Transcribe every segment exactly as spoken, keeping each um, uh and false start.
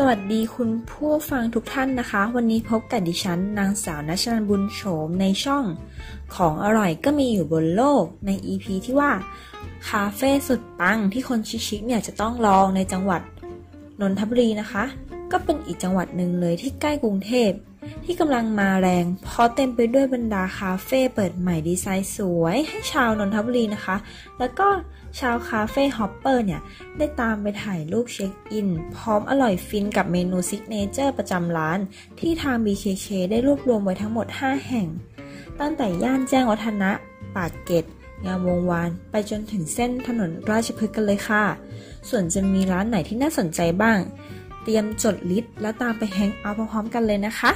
วัสดีคุณผู้ฟังทุกท่านนะคะวันนี้พบกับดิฉันนางสาวณัชนันท์บุญโฉมในช่องของอร่อยก็มีอยู่บนโลกใน อี พี ที่ว่าคาเฟ่สุดปังที่คนชิคๆเนี่ยจะต้องลองในจังหวัดนนทบุรีนะคะก็เป็นอีกจังหวัดหนึ่งเลยที่ใกล้กรุงเทพที่กำลังมาแรงเพราะเต็มไปด้วยบรรดาคาเฟ่เปิดใหม่ดีไซน์สวยให้ชาวนนทบุรีนะคะแล้วก็ชาวคาเฟ่ฮอปเปอร์เนี่ยได้ตามไปถ่ายรูปเช็คอินพร้อมอร่อยฟินกับเมนูซิกเนเจอร์ประจำร้านที่ทาง บี เค เค ได้รวบรวมไว้ทั้งหมดห้าแห่งตั้งแต่ย่านแจ้งวัฒนะปากเกร็ดงามวงวานไปจนถึงเส้นถนนราชพฤกษ์กันเลยค่ะส่วนจะมีร้านไหนที่น่าสนใจบ้างเตรียมจดลิสต์แล้วตามไปแฮงเอาท์พร้อมๆกันเลยนะคะ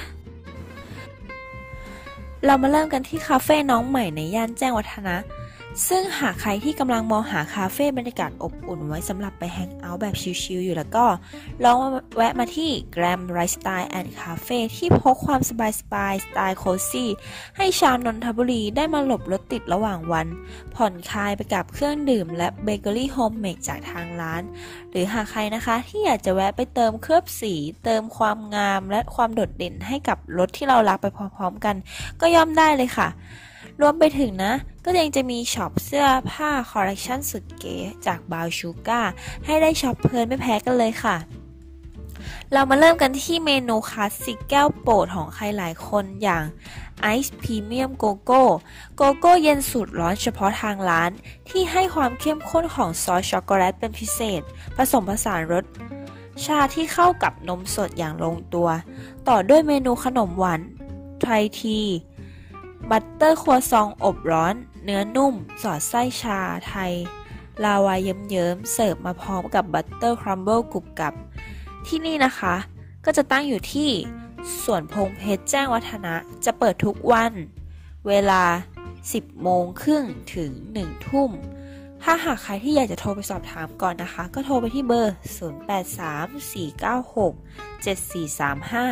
เรามาเริ่มกันที่คาเฟ่น้องใหม่ในย่านแจ้งวัฒนะซึ่งหากใครที่กำลังมองหาคาเฟ่บรรยากาศอบอุ่นไว้สำหรับไปแฮงเอาท์แบบชิลๆอยู่แล้วก็ลองแวะมาที่ Glam Lifestyle and Cafe ที่พกความสบายๆสไตล์โคซี่ให้ชาวนนทบุรีได้มาหลบรถติดระหว่างวันผ่อนคลายไปกับเครื่องดื่มและเบเกอรี่โฮมเมดจากทางร้านหรือหากใครนะคะที่อยากจะแวะไปเติมเคลือบสีเติมความงามและความโดดเด่นให้กับรถที่เรารักไปพร้อมๆกันก็ย่อมได้เลยค่ะรวมไปถึงนะก็ยังจะมีช็อปเสื้อผ้าคอลเลคชันสุดเก๋จากบาวชูก้าให้ได้ช็อปเพลินไม่แพ้กันเลยค่ะเรามาเริ่มกันที่เมนูคลาสสิกแก้วโปรดของใครหลายคนอย่างไอซ์พรีเมียมโกโก้โกโก้เย็นสูตรร้อนเฉพาะทางร้านที่ให้ความเข้มข้นของซอสช็อกโกแลตเป็นพิเศษผสมผสานรสชาที่เข้ากับนมสดอย่างลงตัวต่อด้วยเมนูขนมหวานไทยทีบัตเตอร์ครัวซองอบร้อนเนื้อนุ่มสอดไส้ชาไทยลาวาเยิ้มๆเสิร์ฟมาพร้อมกับบัตเตอร์ครัมเบิลกรุบกรับที่นี่นะคะก็จะตั้งอยู่ที่สวนพงเพชรแจ้งวัฒนะจะเปิดทุกวันเวลา สิบโมงครึ่งถึง หนึ่งทุ่มถ้าหากใครที่อยากจะโทรไปสอบถามก่อนนะคะก็โทรไปที่เบอร์ ศูนย์ แปด สาม สี่ เก้า หก เจ็ด สี่ สาม ห้า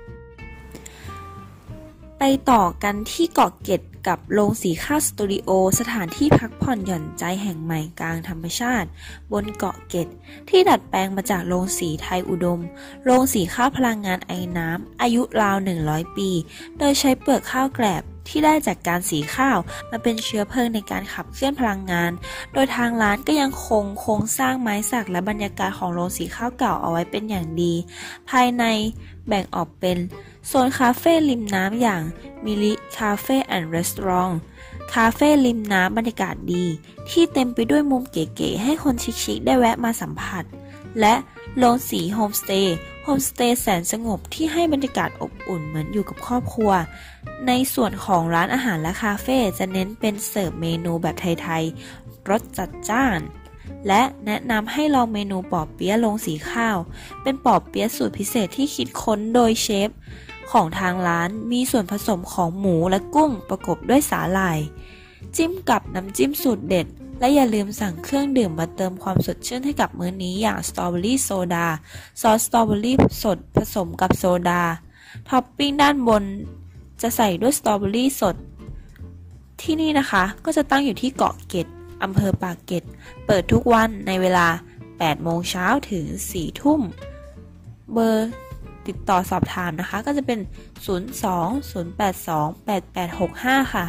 ไปต่อกันที่เกาะเกร็ดกับโรงสีข้าวสตูดิโอสถานที่พักผ่อนหย่อนใจแห่งใหม่กลางธรรมชาติบนเกาะเกร็ดที่ดัดแปลงมาจากโรงสีไทยอุดมโรงสีข้าวพลังงานไอน้ำอายุราวหนึ่งร้อยปีโดยใช้เปลือกข้าวแกลบที่ได้จากการสีข้าวมาเป็นเชื้อเพลิงในการขับเคลื่อนพลังงานโดยทางร้านก็ยังคงโครงสร้างไม้สักและบรรยากาศของโรงสีข้าวเก่าเอาไว้เป็นอย่างดีภายในแบ่งออกเป็นโซนคาเฟ่ริมน้ำอย่างมิลิคาเฟ่แอนด์รีสอร์ทคาเฟ่ริมน้ำบรรยากาศดีที่เต็มไปด้วยมุมเก๋ๆให้คนชิคๆได้แวะมาสัมผัสและโรงสีโฮมสเตย์โฮมสเตย์แสนสงบที่ให้บรรยากาศอบอุ่นเหมือนอยู่กับครอบครัวในส่วนของร้านอาหารและคาเฟ่จะเน้นเป็นเสิร์ฟเมนูแบบไทยๆรสจัดจ้านและแนะนำให้ลองเมนูปอเปี๊ยะโรงสีข้าวเป็นปอเปี๊ยะสูตรพิเศษที่คิดค้นโดยเชฟของทางร้านมีส่วนผสมของหมูและกุ้งประกบด้วยสาหร่ายจิ้มกับน้ำจิ้มสูตรเด็ดและอย่าลืมสั่งเครื่องดื่มมาเติมความสดชื่นให้กับมื้อนี้อย่างสตรอเบอรี่โซดาซอสสตรอเบอรี่สดผสมกับโซดาท็อปปิ้งด้านบนจะใส่ด้วยสตรอเบอรี่สดที่นี่นะคะก็จะตั้งอยู่ที่เกาะเกร็ดอำเภอปากเกร็ดเปิดทุกวันในเวลา แปดโมงเช้าถึง สี่ทุ่มเบอร์ติดต่อสอบถามนะคะก็จะเป็น ศูนย์ สอง ศูนย์ แปด สอง แปด แปด หก ห้า ค่ะ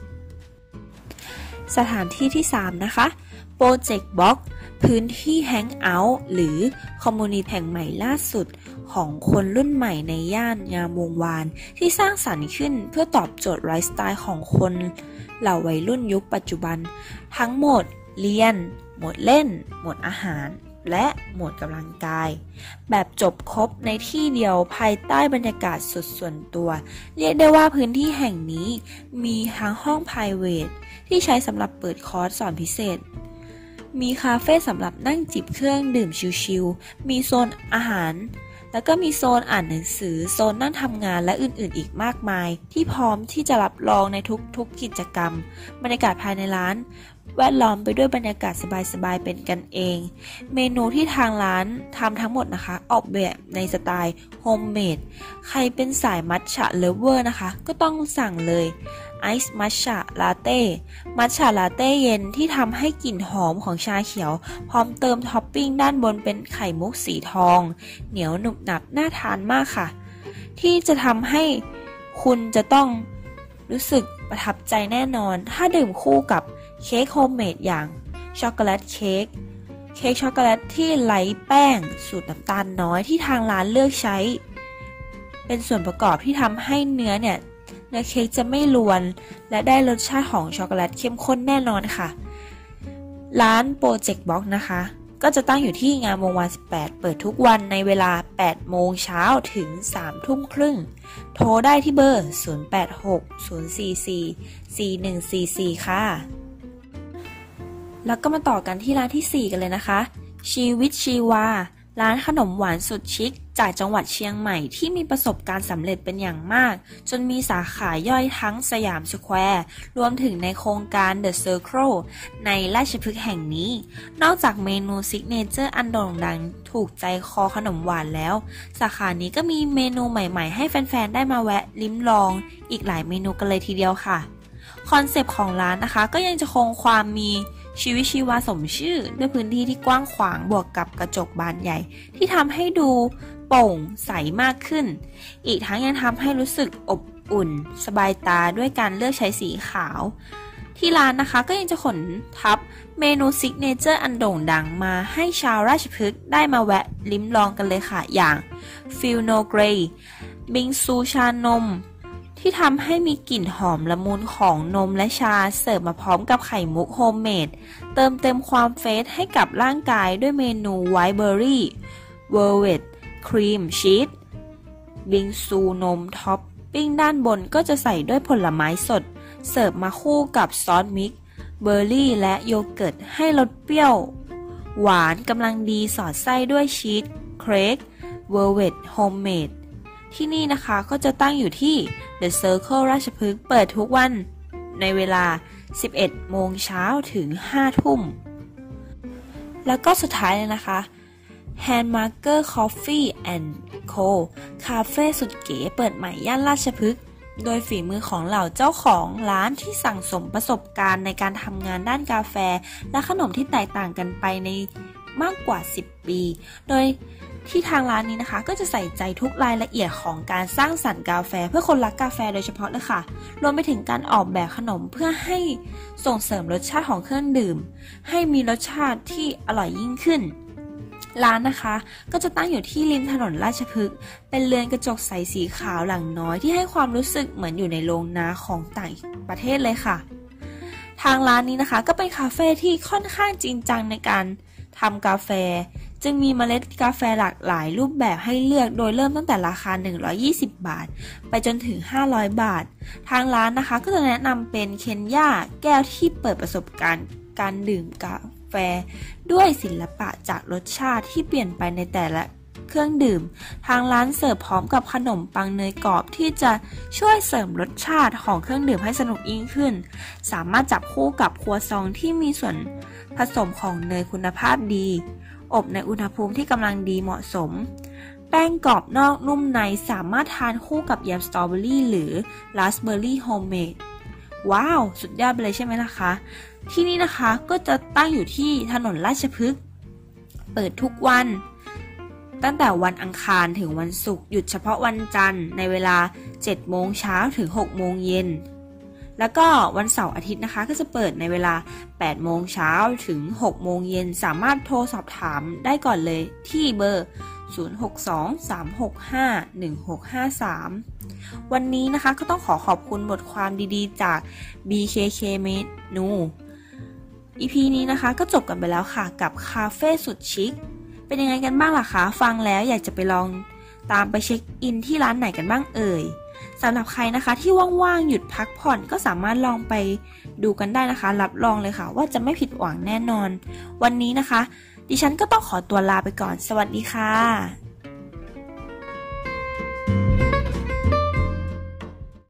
สถานที่ที่สามนะคะโปรเจกต์บ็อกพื้นที่แฮงเอาท์หรือคอมมูนิตี้แห่งใหม่ล่าสุดของคนรุ่นใหม่ในย่านงามวงวานที่สร้างสรรค์ขึ้นเพื่อตอบโจทย์ไลฟ์สไตล์ของคนเหล่าวัยรุ่นยุคปัจจุบันทั้งโหมดเรียนโหมดเล่นโหมดอาหารและโหมดกำลังกายแบบจบครบในที่เดียวภายใต้บรรยากาศสุดส่วนตัวเรียกได้ว่าพื้นที่แห่งนี้มีทั้งห้อง private ที่ใช้สำหรับเปิดคอร์สสอนพิเศษมีคาเฟ่สำหรับนั่งจิบเครื่องดื่มชิลๆมีโซนอาหารแล้วก็มีโซนอ่านหนังสือโซนนั่งทำงานและอื่นๆอีกมากมายที่พร้อมที่จะรับรองในทุกๆกิจกรรมบรรยากาศภายในร้านแวดล้อมไปด้วยบรรยากาศสบายๆเป็นกันเองเมนูที่ทางร้านทำทั้งหมดนะคะออกแบบในสไตล์โฮมเมดใครเป็นสายมัทฉะเลิฟเวอร์นะคะก็ต้องสั่งเลยไอซ์มัทฉะลาเต้มัทฉะลาเต้เย็นที่ทำให้กลิ่นหอมของชาเขียวพร้อมเติมท็อปปิ้งด้านบนเป็นไข่มุกสีทองเหนียวหนุบหนับน่าทานมากค่ะที่จะทำให้คุณจะต้องรู้สึกประทับใจแน่นอนถ้าดื่มคู่กับเค้กโฮมเมดอย่างช็อกโกแลตเค้กเค้กช็อกโกแลตที่ไร้แป้งสูตรน้ำตาลน้อยที่ทางร้านเลือกใช้เป็นส่วนประกอบที่ทำให้เนื้อเนี่ยเนื้อเค้กจะไม่รวนและได้รสชาติของช็อกโกแลตเข้มข้นแน่นอนค่ะร้านโปรเจกต์บ็อกซ์นะคะก็จะตั้งอยู่ที่งามวงวานสิบแปดเปิดทุกวันในเวลาแปดโมงเช้าถึงสามทุ่มครึ่งโทรได้ที่เบอร์ศูนย์ แปด หก ศูนย์ สี่ สี่ สี่ หนึ่ง สี่ สี่ค่ะแล้วก็มาต่อกันที่ร้านที่สี่กันเลยนะคะชีวิตชีวาร้านขนมหวานสุดชิคจากจังหวัดเชียงใหม่ที่มีประสบการณ์สำเร็จเป็นอย่างมากจนมีสาขาย่อยทั้งสยามสแควร์รวมถึงในโครงการ The Circle ในราชพฤกษ์แห่งนี้นอกจากเมนูซิกเนเจอร์อันโด่งดังถูกใจคอขนมหวานแล้วสาขานี้ก็มีเมนูใหม่ๆให้แฟนๆได้มาแวะลิ้มลองอีกหลายเมนูกันเลยทีเดียวค่ะคอนเซปต์ของร้านนะคะก็ยังจะคงความมีชีวิตชีวาสมชื่อด้วยพื้นที่ที่กว้างขวางบวกกับกระจกบานใหญ่ที่ทำให้ดูโปร่งใสมากขึ้นอีกทั้งยังทำให้รู้สึกอบอุ่นสบายตาด้วยการเลือกใช้สีขาวที่ร้านนะคะก็ยังจะขนทับเมนูซิกเนเจอร์อันโด่งดังมาให้ชาวราชพฤกษ์ได้มาแวะลิ้มลองกันเลยค่ะอย่างฟิลโนเกรย์บิงซูชานมที่ทำให้มีกลิ่นหอมละมุนของนมและชาเสิร์ฟมาพร้อมกับไข่มุกโฮมเมดเติมเต็มความเฟรชให้กับร่างกายด้วยเมนูไวท์เบอร์รี่เวอร์เวทครีมชีสบิงซูนมท็อปปิ้งด้านบนก็จะใส่ด้วยผลไม้สดเสิร์ฟมาคู่กับซอสมิกซ์เบอร์รี่และโยเกิร์ตให้รสเปรี้ยวหวานกำลังดีสอดไส้ด้วยชีสเค้กเวอร์เวทโฮมเมดที่นี่นะคะก็จะตั้งอยู่ที่ The Circle ราชพฤกษ์เปิดทุกวันในเวลา สิบเอ็ดโมงเช้าถึง ห้าทุ่มแล้วก็สุดท้ายเลยนะคะ Handmaker Coffee and Co คาเฟ่สุดเก๋เปิดใหม่ย่านราชพฤกษ์โดยฝีมือของเหล่าเจ้าของร้านที่สั่งสมประสบการณ์ในการทำงานด้านกาแฟและขนมที่แตกต่างกันไปในมากกว่าสิบปีโดยที่ทางร้านนี้นะคะก็จะใส่ใจทุกรายละเอียดของการสร้างสรรค์กาแฟเพื่อคนรักกาแฟโดยเฉพาะเลยค่ะรวมไปถึงการออกแบบขนมเพื่อให้ส่งเสริมรสชาติของเครื่องดื่มให้มีรสชาติที่อร่อยยิ่งขึ้นร้านนะคะก็จะตั้งอยู่ที่ริมถนนราชพฤกษ์เป็นเรือนกระจกใสสีขาวหลังน้อยที่ให้ความรู้สึกเหมือนอยู่ในโรงนาของต่างประเทศเลยค่ะทางร้านนี้นะคะก็เป็นคาเฟ่ที่ค่อนข้างจริงจังในการทำกาแฟจึงมีเมล็ดกาแฟหลากหลายรูปแบบให้เลือกโดยเริ่มตั้งแต่ราคาหนึ่งร้อยยี่สิบบาทไปจนถึงห้าร้อยบาททางร้านนะคะก็จะแนะนำเป็นเคนย่าแก้วที่เปิดประสบการณ์การดื่มกาแฟด้วยศิลปะจากรสชาติที่เปลี่ยนไปในแต่ละเครื่องดื่มทางร้านเสิร์ฟพร้อมกับขนมปังเนยกรอบที่จะช่วยเสริมรสชาติของเครื่องดื่มให้สนุกยิ่งขึ้นสามารถจับคู่กับครัวซองที่มีส่วนผสมของเนยคุณภาพดีอบในอุณหภูมิที่กำลังดีเหมาะสมแป้งกรอบนอกนุ่มในสามารถทานคู่กับแยมสตรอเบอรี่หรือราสเบอร์รี่โฮมเมดว้าวสุดยอดไปเลยใช่ไหมล่ะคะที่นี่นะคะก็จะตั้งอยู่ที่ถนนราชพฤกษ์เปิดทุกวันตั้งแต่วันอังคารถึงวันศุกร์หยุดเฉพาะวันจันทร์ในเวลา เจ็ดโมงเช้าถึง หกโมงเย็นแล้วก็วันเสาร์อาทิตย์นะคะก็จะเปิดในเวลา แปดโมงเช้าถึง หกโมงเย็นสามารถโทรสอบถามได้ก่อนเลยที่เบอร์ ศูนย์ หก สอง สาม หก ห้า หนึ่ง หก ห้า สาม วันนี้นะคะก็ต้องขอขอบคุณบทความดีๆจาก บี เค เค Menu อี พี นี้นะคะก็จบกันไปแล้วค่ะกับคาเฟ่สุดชิคเป็นยังไงกันบ้างล่ะคะฟังแล้วอยากจะไปลองตามไปเช็คอินที่ร้านไหนกันบ้างเอ่ยสำหรับใครนะคะที่ว่างๆหยุดพักผ่อนก็สามารถลองไปดูกันได้นะคะรับรองเลยค่ะว่าจะไม่ผิดหวังแน่นอนวันนี้นะคะดิฉันก็ต้องขอตัวลาไปก่อนสวัสดีค่ะ